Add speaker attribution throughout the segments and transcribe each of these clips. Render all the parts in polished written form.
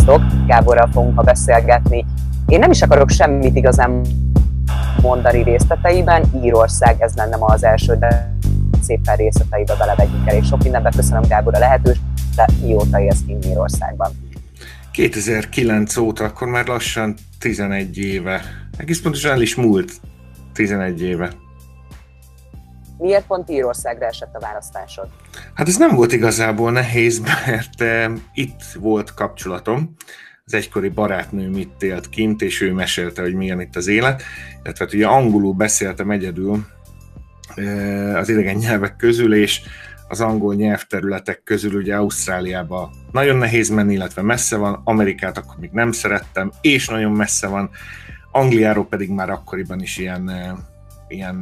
Speaker 1: Sziasztok! Gáborral fogunk ma beszélgetni. Én nem is akarok semmit igazán mondani részleteiben. Írország, ez lenne ma az első, de szépen részleteibe belevegyünk el, és sok mindenben köszönöm Gábor a lehetőséget, de mióta élsz kint Írországban?
Speaker 2: 2009 óta, akkor már lassan 11 éve. Egész pontosan el is múlt 11 éve.
Speaker 1: Miért pont Írországra esett a választásod?
Speaker 2: Hát ez nem volt igazából nehéz, mert itt volt kapcsolatom. Az egykori barátnőm itt élt kint, és ő mesélte, hogy milyen itt az élet. Illetve ugye angolul beszéltem egyedül az idegen nyelvek közül, és az angol nyelvterületek közül ugye Ausztráliába nagyon nehéz menni, illetve messze van, Amerikát akkor még nem szerettem, és nagyon messze van, Angliáról pedig már akkoriban is ilyen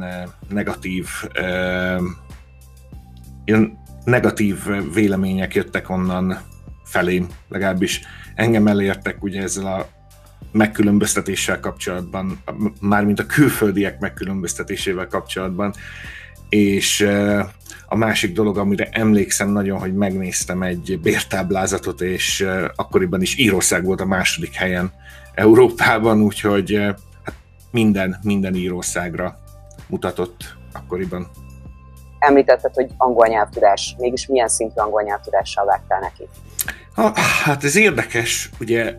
Speaker 2: negatív vélemények jöttek onnan felém, legalábbis engem elértek ugye ezzel a megkülönböztetéssel kapcsolatban, mármint a külföldiek megkülönböztetésével kapcsolatban, és a másik dolog, amire emlékszem nagyon, hogy megnéztem egy bértáblázatot, és akkoriban is Írország volt a második helyen Európában, úgyhogy hát minden Írországra mutatott akkoriban.
Speaker 1: Említetted, hogy angol nyelvtudás. Mégis milyen szintű angol nyelvtudással vágtál neki?
Speaker 2: Hát ez érdekes, ugye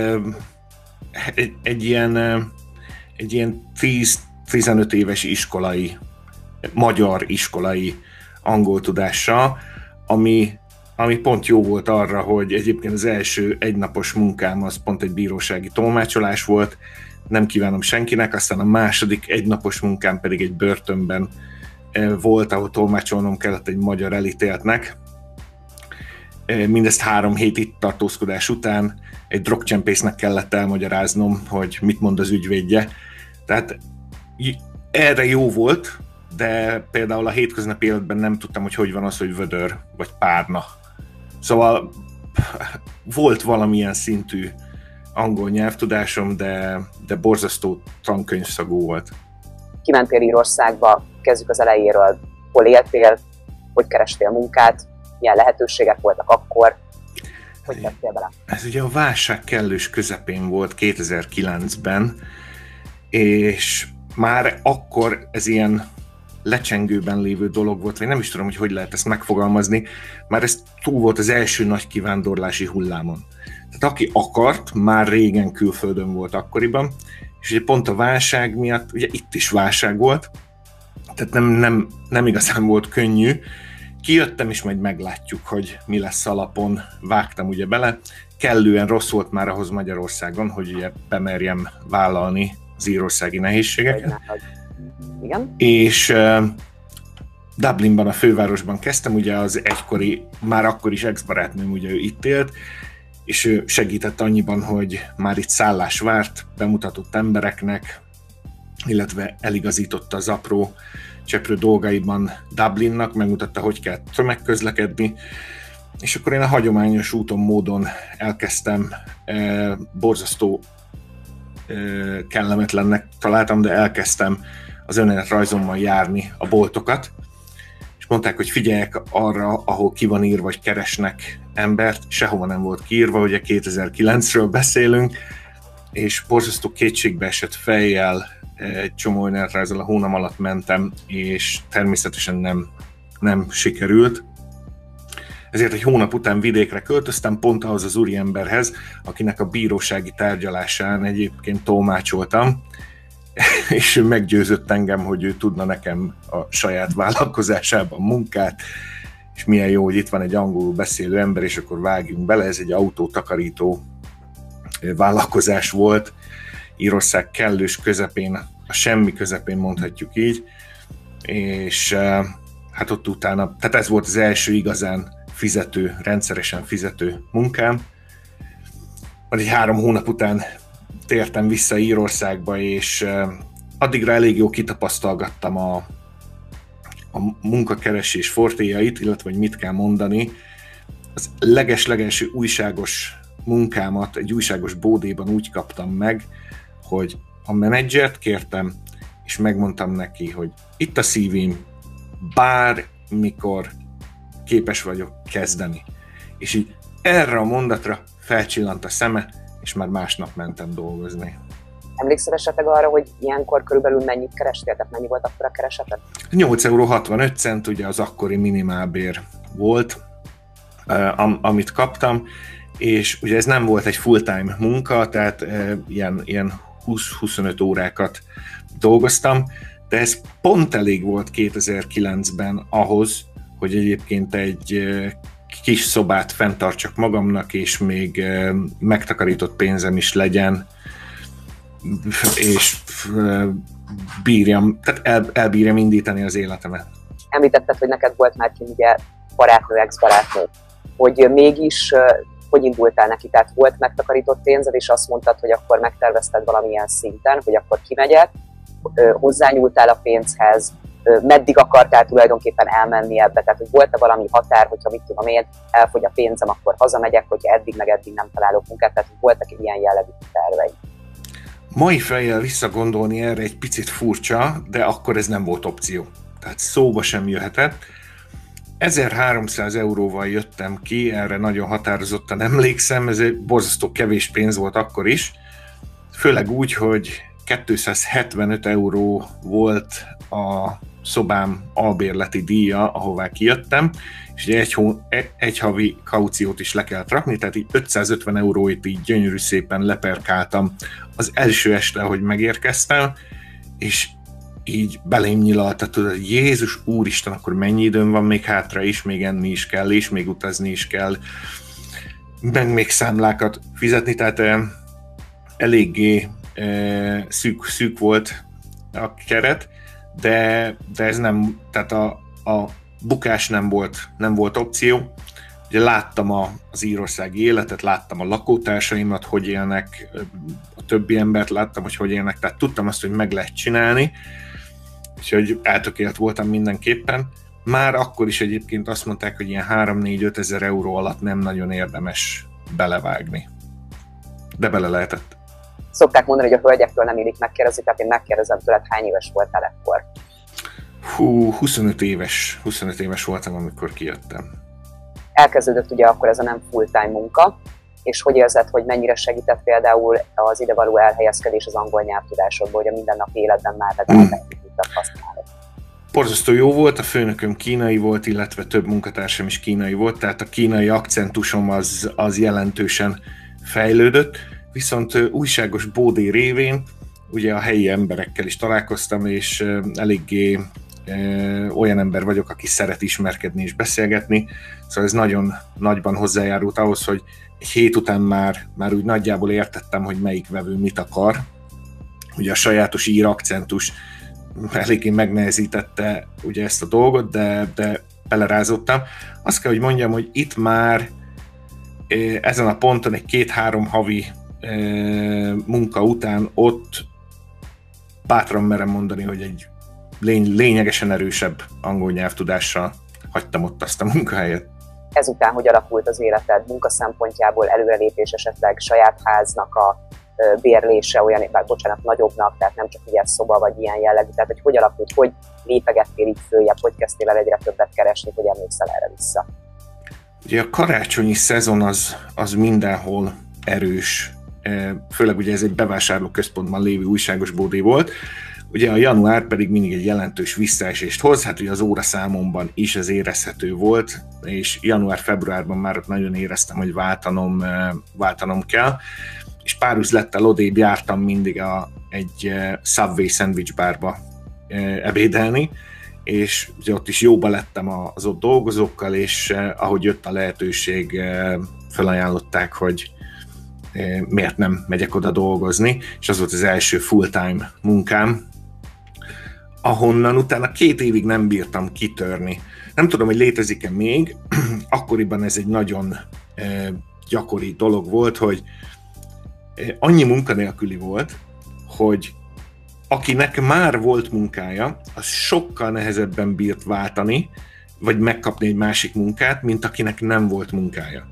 Speaker 2: egy ilyen 10-15 éves magyar iskolai angol tudással, ami pont jó volt arra, hogy egyébként az első egynapos munkám az pont egy bírósági tolmácsolás volt, nem kívánom senkinek, aztán a második egynapos munkám pedig egy börtönben volt, ahol tolmácsolnom kellett egy magyar elítéltnek. Mindezt 3 hét itt tartózkodás után egy drogcsempésznek kellett elmagyaráznom, hogy mit mond az ügyvédje. Tehát erre jó volt, de például a hétköznapi életben nem tudtam, hogy van az, hogy vödör vagy párna. Szóval volt valamilyen szintű angol nyelvtudásom, de borzasztó tankönyvszagú volt.
Speaker 1: Kimentél Írországba, kezdjük az elejéről. Hol éltél, hogy kerestél munkát, milyen lehetőségek voltak akkor, hogy tettél bele?
Speaker 2: Ez ugye a válság kellős közepén volt 2009-ben, és már akkor ez ilyen lecsengőben lévő dolog volt, vagy nem is tudom, hogy lehet ezt megfogalmazni, már ez túl volt az első nagy kivándorlási hullámon. Tehát aki akart, már régen külföldön volt akkoriban, és ugye pont a válság miatt, ugye itt is válság volt, tehát nem igazán volt könnyű. Kijöttem, és majd meglátjuk, hogy mi lesz alapon, vágtam ugye bele. Kellően rossz volt már ahhoz Magyarországon, hogy ugye bemerjem vállalni az írországi nehézségeket.
Speaker 1: Igen.
Speaker 2: És Dublinban, a fővárosban kezdtem, ugye az egykori, már akkor is ex-barátnőm, ugye ő itt élt, és ő segített annyiban, hogy már itt szállás várt, bemutatott embereknek, illetve eligazította az apró cseprő dolgaiban Dublinnak, megmutatta, hogy kell tömegközlekedni, és akkor én a hagyományos úton, módon elkezdtem, borzasztó kellemetlennek találtam, de elkezdtem az önéletrajzommal járni a boltokat, és mondták, hogy figyeljek arra, ahol ki van írva, vagy keresnek embert, sehova nem volt kiírva, ugye 2009-ről beszélünk, és borzasztó kétségbe esett fejjel egy csomó önéletrajzzal a hónam alatt mentem, és természetesen nem sikerült. Ezért egy hónap után vidékre költöztem, pont ahhoz az úriemberhez, akinek a bírósági tárgyalásán egyébként tolmácsoltam, és ő meggyőzött engem, hogy ő tudna nekem a saját vállalkozásában munkát, és milyen jó, hogy itt van egy angolul beszélő ember, és akkor vágjunk bele. Ez egy autótakarító vállalkozás volt, Írország kellős közepén, a semmi közepén mondhatjuk így, és hát ott utána, tehát ez volt az első igazán rendszeresen fizető munkám. Majd egy 3 hónap után tértem vissza Írországba, és addigra elég jó kitapasztalgattam a munkakeresés fortéjait, illetve hogy mit kell mondani. Az leges-legelső újságos munkámat egy újságos bódéban úgy kaptam meg, hogy a menedzsert kértem, és megmondtam neki, hogy itt a CV-m, bármikor képes vagyok kezdeni. És így erre a mondatra felcsillant a szeme, és már másnap mentem dolgozni.
Speaker 1: Emlékszel esetleg arra, hogy ilyenkor körülbelül mennyit kerestél, tehát mennyi volt akkor a kereseted?
Speaker 2: 8,65 €, ugye az akkori minimálbér volt, amit kaptam, és ugye ez nem volt egy full-time munka, tehát ilyen 20-25 órákat dolgoztam, de ez pont elég volt 2009-ben ahhoz, hogy egyébként egy kis szobát fenntartsak magamnak, és még megtakarított pénzem is legyen, és bírjam, tehát elbírjam indítani az életemet.
Speaker 1: Említetted, hogy neked volt már ki ugye barátnő, ex-barátnő, hogy mégis hogy indultál neki? Tehát volt megtakarított pénzed, és azt mondtad, hogy akkor megtervezted valamilyen szinten, hogy akkor kimegyek, hozzányúltál a pénzhez, meddig akartál tulajdonképpen elmenni ebbe, tehát hogy volt-e valami határ, hogyha mit tudom én, elfogy a pénzem, akkor hazamegyek, hogyha eddig meg eddig nem találok munkát, tehát hogy voltak ilyen jellegű tervei.
Speaker 2: Mai fejjel visszagondolni erre egy picit furcsa, de akkor ez nem volt opció. Tehát szóba sem jöhetett. 1300 € jöttem ki, erre nagyon határozottan emlékszem, ez egy borzasztó kevés pénz volt akkor is. Főleg úgy, hogy 275 € volt a szobám albérleti díja, ahová kijöttem, és ugye egy havi kauciót is le kellett rakni, tehát így 550 € így gyönyörű szépen leperkáltam az első este, ahogy megérkeztem, és így belém nyilalta, tudod, hogy Jézus Úristen, akkor mennyi időm van még hátra is, még enni is kell, és még utazni is kell, meg még számlákat fizetni, tehát eléggé szűk volt a keret, de ez nem, tehát a bukás nem volt opció. Ugye láttam az írországi életet, láttam a lakótársaimat, hogy élnek, a többi embert láttam, hogy élnek, tehát tudtam azt, hogy meg lehet csinálni, úgyhogy eltökélt voltam mindenképpen. Már akkor is egyébként azt mondták, hogy ilyen 3-4-5 ezer euró alatt nem nagyon érdemes belevágni. De bele lehetett.
Speaker 1: Szokták mondani, hogy a hölgyektől nem illik megkérdezni, tehát én megkérdezem tőled, hány éves voltál ekkor?
Speaker 2: 25 éves voltam, amikor kijöttem.
Speaker 1: Elkezdődött ugye akkor ez a nem full-time munka, és hogy érzed, hogy mennyire segített például az idevaló elhelyezkedés az angol nyelvtudásodból, hogy a mindennapi életben már legalább tudtak használni?
Speaker 2: Borzasztó jó volt, a főnököm kínai volt, illetve több munkatársam is kínai volt, tehát a kínai akcentusom az jelentősen fejlődött, viszont újságos bódé révén ugye a helyi emberekkel is találkoztam, és eléggé olyan ember vagyok, aki szeret ismerkedni és beszélgetni, szóval ez nagyon nagyban hozzájárult ahhoz, hogy egy hét után már úgy nagyjából értettem, hogy melyik vevő mit akar. Ugye a sajátos ír akcentus eléggé megnehezítette ugye ezt a dolgot, de belerázottam. Azt kell, hogy mondjam, hogy itt már ezen a ponton egy 2-3 havi munka után ott bátran merem mondani, hogy egy lényegesen erősebb angol nyelvtudással hagytam ott azt a munkahelyet.
Speaker 1: Ezután hogy alakult az életed munka szempontjából, előrelépés esetleg, saját háznak a bérlése olyan, nagyobbnak, tehát nem csak ugye szoba vagy ilyen jellegű, tehát hogy alakult, hogy lépegettél így följebb, hogy kezdtél el egyre többet keresni, hogy emlékszel erre vissza?
Speaker 2: Ugye a karácsonyi szezon az mindenhol erős, főleg ugye ez egy bevásárlóközpontban lévő újságos bódé volt, ugye a január pedig mindig egy jelentős visszaesést hoz, hát ugye az óraszámomban is ez érezhető volt, és január-februárban már nagyon éreztem, hogy váltanom kell, és pár üzlettel odébb jártam mindig egy Subway sandwich bárba ebédelni, és ugye ott is jóba lettem az ott dolgozókkal, és ahogy jött a lehetőség, felajánlották, hogy miért nem megyek oda dolgozni, és az volt az első full-time munkám, ahonnan utána 2 évig nem bírtam kitörni. Nem tudom, hogy létezik-e még, akkoriban ez egy nagyon gyakori dolog volt, hogy annyi munkanélküli volt, hogy akinek már volt munkája, az sokkal nehezebben bírt váltani, vagy megkapni egy másik munkát, mint akinek nem volt munkája.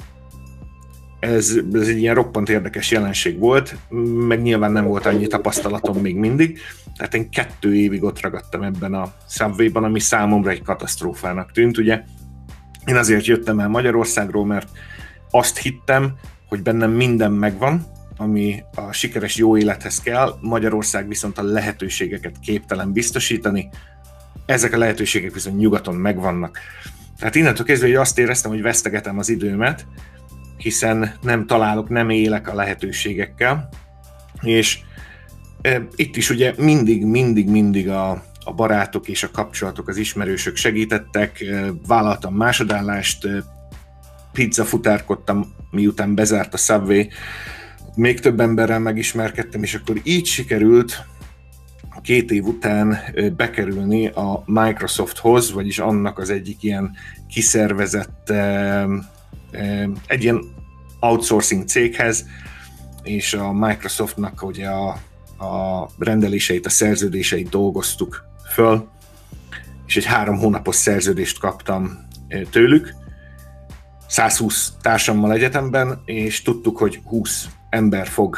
Speaker 2: Ez egy ilyen roppant érdekes jelenség volt, meg nyilván nem volt annyi tapasztalatom még mindig, tehát én 2 évig ott ragadtam ebben a Subwayban, ami számomra egy katasztrófának tűnt, ugye. Én azért jöttem el Magyarországról, mert azt hittem, hogy bennem minden megvan, ami a sikeres jó élethez kell, Magyarország viszont a lehetőségeket képtelen biztosítani, ezek a lehetőségek viszont nyugaton megvannak. Tehát innentől kezdve, hogy azt éreztem, hogy vesztegetem az időmet, hiszen nem találok, nem élek a lehetőségekkel, és itt is ugye mindig a barátok és a kapcsolatok, az ismerősök segítettek, vállaltam másodállást, pizzafutárkodtam, miután bezárt a Subway, még több emberrel megismerkedtem, és akkor így sikerült 2 év után bekerülni a Microsofthoz, vagyis annak az egyik ilyen kiszervezett, egy ilyen outsourcing céghez, és a Microsoftnak ugye a rendeléseit, a szerződéseit dolgoztuk föl, és egy 3 hónapos szerződést kaptam tőlük, 120 társammal egyetemben, és tudtuk, hogy 20 ember fog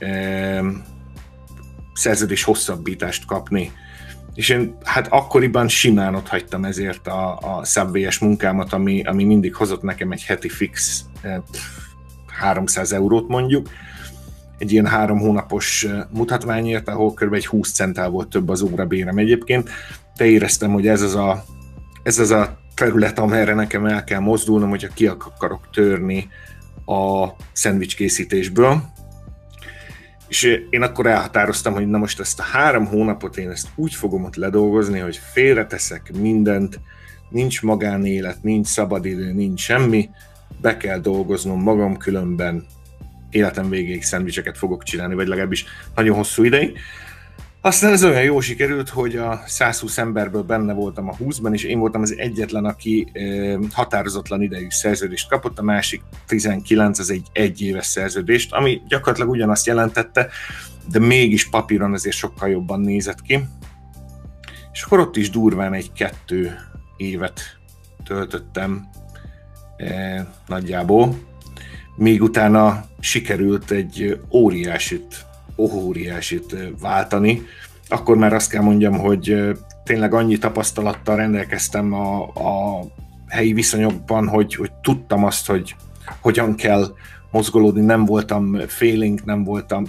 Speaker 2: szerződés hosszabbítást kapni. És én hát akkoriban simán ott hagytam ezért a Subway-es munkámat, ami mindig hozott nekem egy heti fix 300 eurót mondjuk, egy ilyen 3 hónapos mutatványért, ahol kb. Egy 20 centál volt több az órabérem egyébként, de éreztem, hogy ez az a terület, amerre nekem el kell mozdulnom, hogyha ki akarok törni a szendvics készítésből. És én akkor elhatároztam, hogy na most ezt a 3 hónapot én ezt úgy fogom ott ledolgozni, hogy félreteszek mindent, nincs magánélet, nincs szabadidő, nincs semmi, be kell dolgoznom magam, különben életem végéig szendvicseket fogok csinálni, vagy legalábbis nagyon hosszú ideig. Aztán ez olyan jó sikerült, hogy a 120 emberből benne voltam a 20-ban, és én voltam az egyetlen, aki határozatlan idejű szerződést kapott, a másik 19, az egy 1 éves szerződést, ami gyakorlatilag ugyanazt jelentette, de mégis papíron azért sokkal jobban nézett ki. És akkor ott is durván 1-2 évet töltöttem nagyjából, míg utána sikerült egy óriásit váltani. Akkor már azt kell mondjam, hogy tényleg annyi tapasztalattal rendelkeztem a helyi viszonyokban, hogy tudtam azt, hogy hogyan kell mozgolódni, nem voltam félénk, nem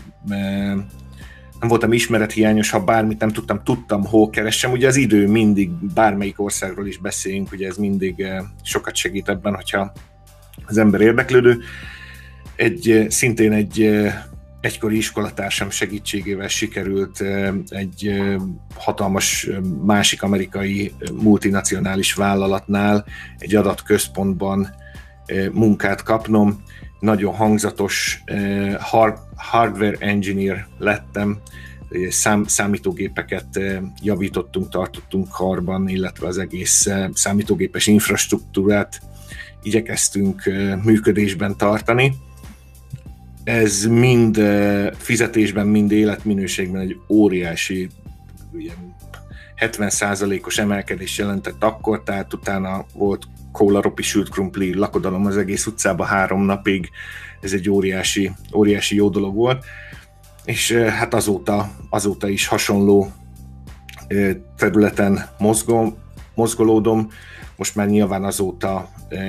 Speaker 2: voltam ismerethiányos, ha bármit nem tudtam, hol keressem. Ugye az idő mindig, bármelyik országról is beszéljünk, ugye ez mindig sokat segít ebben, hogyha az ember érdeklődő. Szintén egy egykori iskolatársam segítségével sikerült egy hatalmas másik amerikai multinacionális vállalatnál egy adatközpontban munkát kapnom. Nagyon hangzatos hardware engineer lettem, számítógépeket javítottunk, tartottunk karban, illetve az egész számítógépes infrastruktúrát igyekeztünk működésben tartani. Ez mind fizetésben, mind életminőségben egy óriási, ugye, 70%-os emelkedés jelentett akkor, tehát utána volt kóla, ropi, sült krumpli, lakodalom az egész utcában 3 napig, ez egy óriási jó dolog volt, és hát azóta is hasonló területen mozgolódom, most már nyilván azóta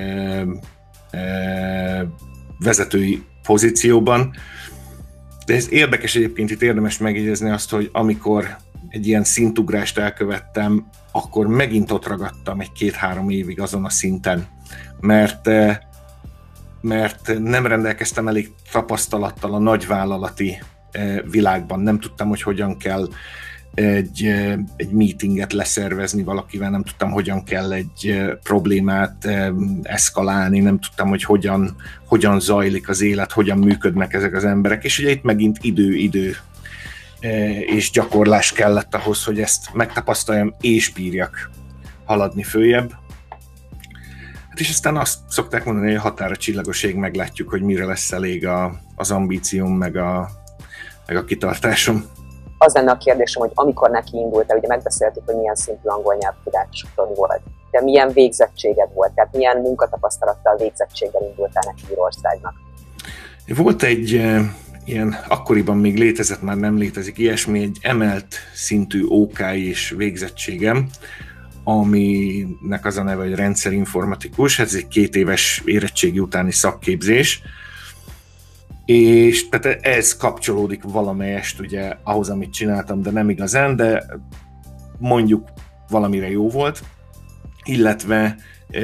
Speaker 2: vezetői pozícióban, de ez érdekes egyébként, itt érdemes megjegyezni azt, hogy amikor egy ilyen szintugrást elkövettem, akkor megint ott ragadtam egy 2-3 évig azon a szinten, mert nem rendelkeztem elég tapasztalattal a nagyvállalati világban, nem tudtam, hogy hogyan kell egy meetinget leszervezni valakivel, nem tudtam, hogyan kell egy problémát eszkalálni, nem tudtam, hogy hogyan zajlik az élet, hogyan működnek ezek az emberek, és ugye itt megint idő és gyakorlás kellett ahhoz, hogy ezt megtapasztaljam, és bírjak haladni följebb. Hát és aztán azt szokták mondani, hogy a határa csillagoség, meglátjuk, hogy mire lesz elég az ambícióm, meg a kitartásom.
Speaker 1: Az lenne a kérdésem, hogy amikor neki indultál, ugye megbeszéltük, hogy milyen szintű angol nyelvtudásod volt, de milyen végzettséged volt, tehát milyen munkatapasztalattal, végzettséggel indultál neki Írországnak?
Speaker 2: Volt egy ilyen, akkoriban még létezett, már nem létezik ilyesmi, egy emelt szintű OK és végzettségem, aminek az a neve, hogy rendszerinformatikus, ez egy 2 éves érettségi utáni szakképzés, És tehát ez kapcsolódik valamelyest ugye ahhoz, amit csináltam, de nem igazán, de mondjuk valamire jó volt, illetve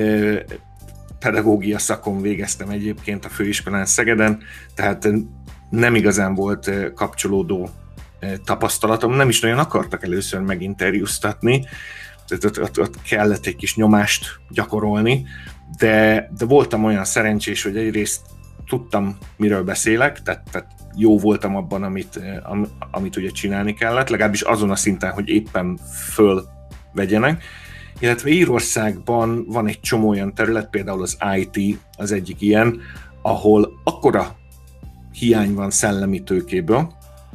Speaker 2: pedagógia szakon végeztem egyébként a főiskolán Szegeden, tehát nem igazán volt kapcsolódó tapasztalatom, nem is nagyon akartak először meginterjúztatni, tehát ott kellett egy kis nyomást gyakorolni, de voltam olyan szerencsés, hogy egyrészt tudtam, miről beszélek, tehát jó voltam abban, amit ugye csinálni kellett, legalábbis azon a szinten, hogy éppen fölvegyenek, illetve Írországban van egy csomó olyan terület, például az IT az egyik ilyen, ahol akkora hiány van szellemi tőkéből,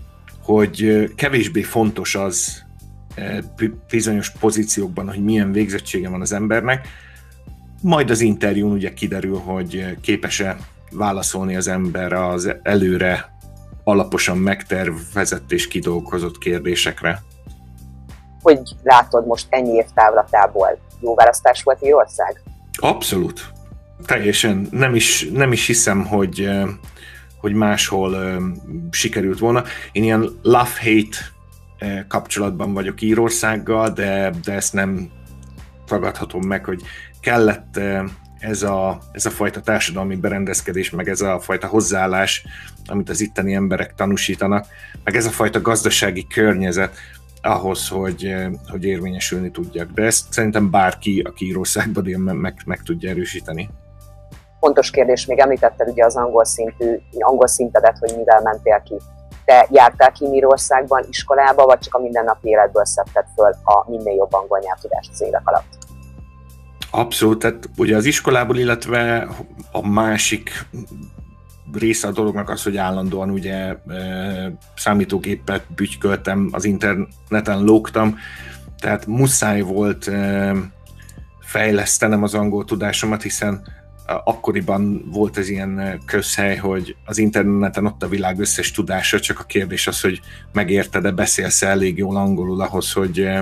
Speaker 2: hogy kevésbé fontos az bizonyos pozíciókban, hogy milyen végzettsége van az embernek, majd az interjún ugye kiderül, hogy képes-e válaszolni az ember az előre alaposan megtervezett és kidolgozott kérdésekre.
Speaker 1: Hogy látod most ennyi év távlatából? Jó választás volt Írország?
Speaker 2: Abszolút. Teljesen. Nem is hiszem, hogy máshol sikerült volna. Én ilyen love-hate kapcsolatban vagyok Írországgal, de ezt nem tagadhatom meg, hogy kellett ez a fajta társadalmi berendezkedés, meg ez a fajta hozzáállás, amit az itteni emberek tanúsítanak, meg ez a fajta gazdasági környezet ahhoz, hogy érvényesülni tudjak. De ezt szerintem bárki, aki Írországban él, meg tudja erősíteni.
Speaker 1: Fontos kérdés, még említetted ugye az angol szintedet, hogy mivel mentél ki. Te jártál ki Írországban iskolába, vagy csak a mindennapi életből szedted föl a minél jobb angol nyelvtudást az évek alatt?
Speaker 2: Abszolút, tehát ugye az iskolából, illetve a másik része a dolognak az, hogy állandóan ugye számítógépet bütyköltem, az interneten lógtam, tehát muszáj volt fejlesztenem az angol tudásomat, hiszen akkoriban volt ez ilyen közhely, hogy az interneten ott a világ összes tudása, csak a kérdés az, hogy megérted-e, beszélsz elég jól angolul ahhoz,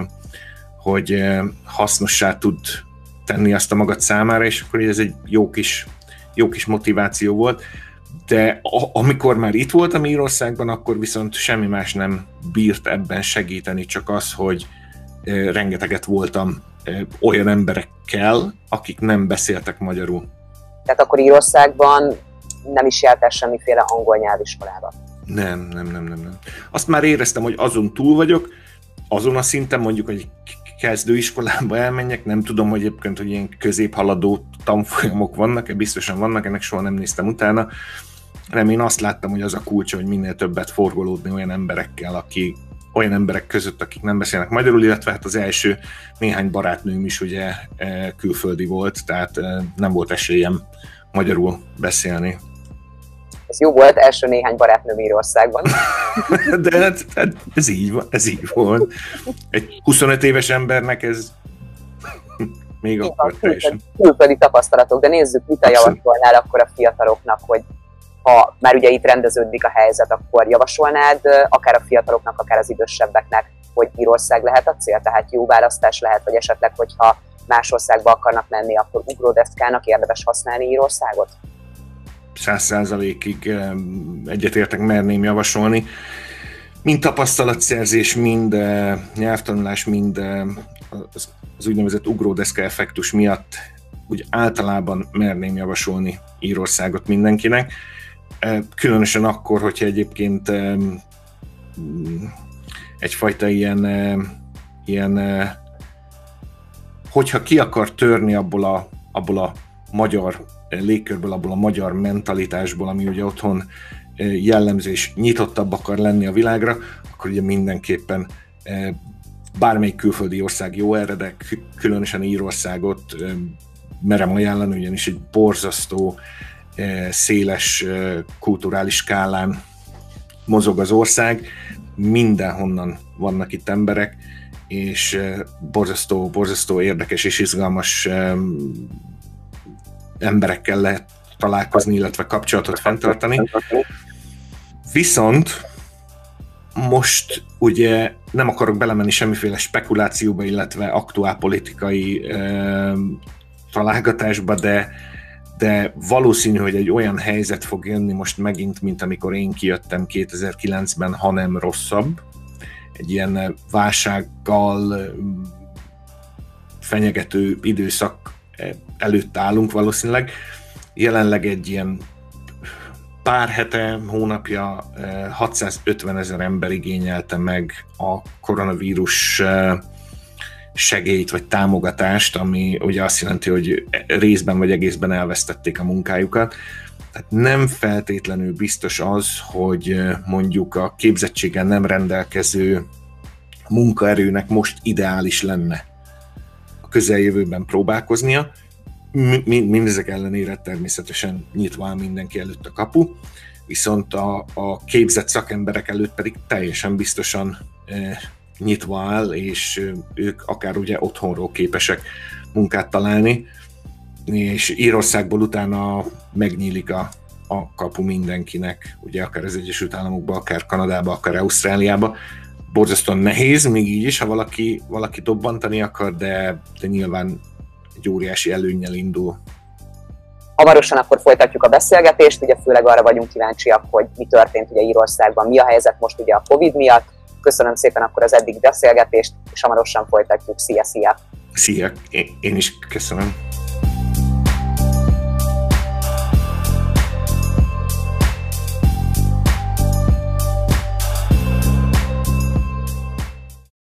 Speaker 2: hogy hasznossá tud tenni azt a magad számára, és akkor ez egy jó kis motiváció volt. De amikor már itt voltam Írországban, akkor viszont semmi más nem bírt ebben segíteni, csak az, hogy rengeteget voltam olyan emberekkel, akik nem beszéltek magyarul.
Speaker 1: Tehát akkor Írországban nem is jártál semmiféle angol nyelviskolába?
Speaker 2: Nem. Azt már éreztem, hogy azon túl vagyok, azon a szinten mondjuk, hogy kezdőiskolába elmenjek, nem tudom, hogy egyébként, hogy ilyen középhaladó tanfolyamok vannak, biztosan vannak, ennek soha nem néztem utána, hanem én azt láttam, hogy az a kulcs, hogy minél többet forgolódni olyan emberek között, akik nem beszélnek magyarul, illetve hát az első néhány barátnőm is ugye külföldi volt, tehát nem volt esélyem magyarul beszélni.
Speaker 1: Ez jó volt, első néhány barátnőm Írországban.
Speaker 2: De ez így volt. Egy 25 éves embernek ez még akkor teljesen.
Speaker 1: Külföldi tapasztalatok, de nézzük, mit javasolnál akkor a fiataloknak, hogy ha már ugye itt rendeződik a helyzet, akkor javasolnád akár a fiataloknak, akár az idősebbeknek, hogy Írország lehet a cél, tehát jó választás lehet, vagy esetleg, hogyha más országba akarnak menni, akkor ugródeszkának érdemes használni Írországot?
Speaker 2: 100%-ig egyetértek, merném javasolni. Mind tapasztalatszerzés, mind nyelvtanulás, mind az úgynevezett ugródeszka effektus miatt úgy általában merném javasolni Írországot mindenkinek. Különösen akkor, hogyha egyébként egyfajta ilyen hogyha ki akar törni abból a magyar légkörből, abból a magyar mentalitásból, ami ugye otthon jellemző és nyitottabb akar lenni a világra, akkor ugye mindenképpen bármelyik külföldi ország jó erre, de különösen Írországot merem ajánlani, ugyanis egy borzasztó széles kulturális skálán mozog az ország, mindenhonnan vannak itt emberek, és borzasztó érdekes és izgalmas emberekkel lehet találkozni, illetve kapcsolatot fenntartani. Viszont most ugye nem akarok belemenni semmiféle spekulációba, illetve aktuálpolitikai találgatásba, de de valószínű, hogy egy olyan helyzet fog jönni most megint, mint amikor én kijöttem 2009-ben, hanem rosszabb. Egy ilyen válsággal fenyegető időszak előtt állunk valószínűleg. Jelenleg egy ilyen pár hete, hónapja 650 000 ember igényelte meg a koronavírus segélyt vagy támogatást, ami ugye azt jelenti, hogy részben vagy egészben elvesztették a munkájukat. Tehát nem feltétlenül biztos az, hogy mondjuk a képzettséggel nem rendelkező munkaerőnek most ideális lenne a közeljövőben próbálkoznia. Mindezek ellenére természetesen nyitva áll mindenki előtt a kapu, viszont a képzett szakemberek előtt pedig teljesen biztosan nyitva áll, és ők akár ugye otthonról képesek munkát találni, és Írországból utána megnyílik a kapu mindenkinek, ugye akár az Egyesült Államokba, akár Kanadába, akár Ausztráliába. Borzasztóan nehéz, még így is, ha valaki dobbantani akar, de nyilván egy óriási előnnyel indul.
Speaker 1: Hamarosan akkor folytatjuk a beszélgetést, ugye főleg arra vagyunk kíváncsiak, hogy mi történt ugye Írországban, mi a helyzet most ugye a Covid miatt. Köszönöm szépen akkor az eddig beszélgetést, és hamarosan folytatjuk. Szia!
Speaker 2: Szia! Én is köszönöm.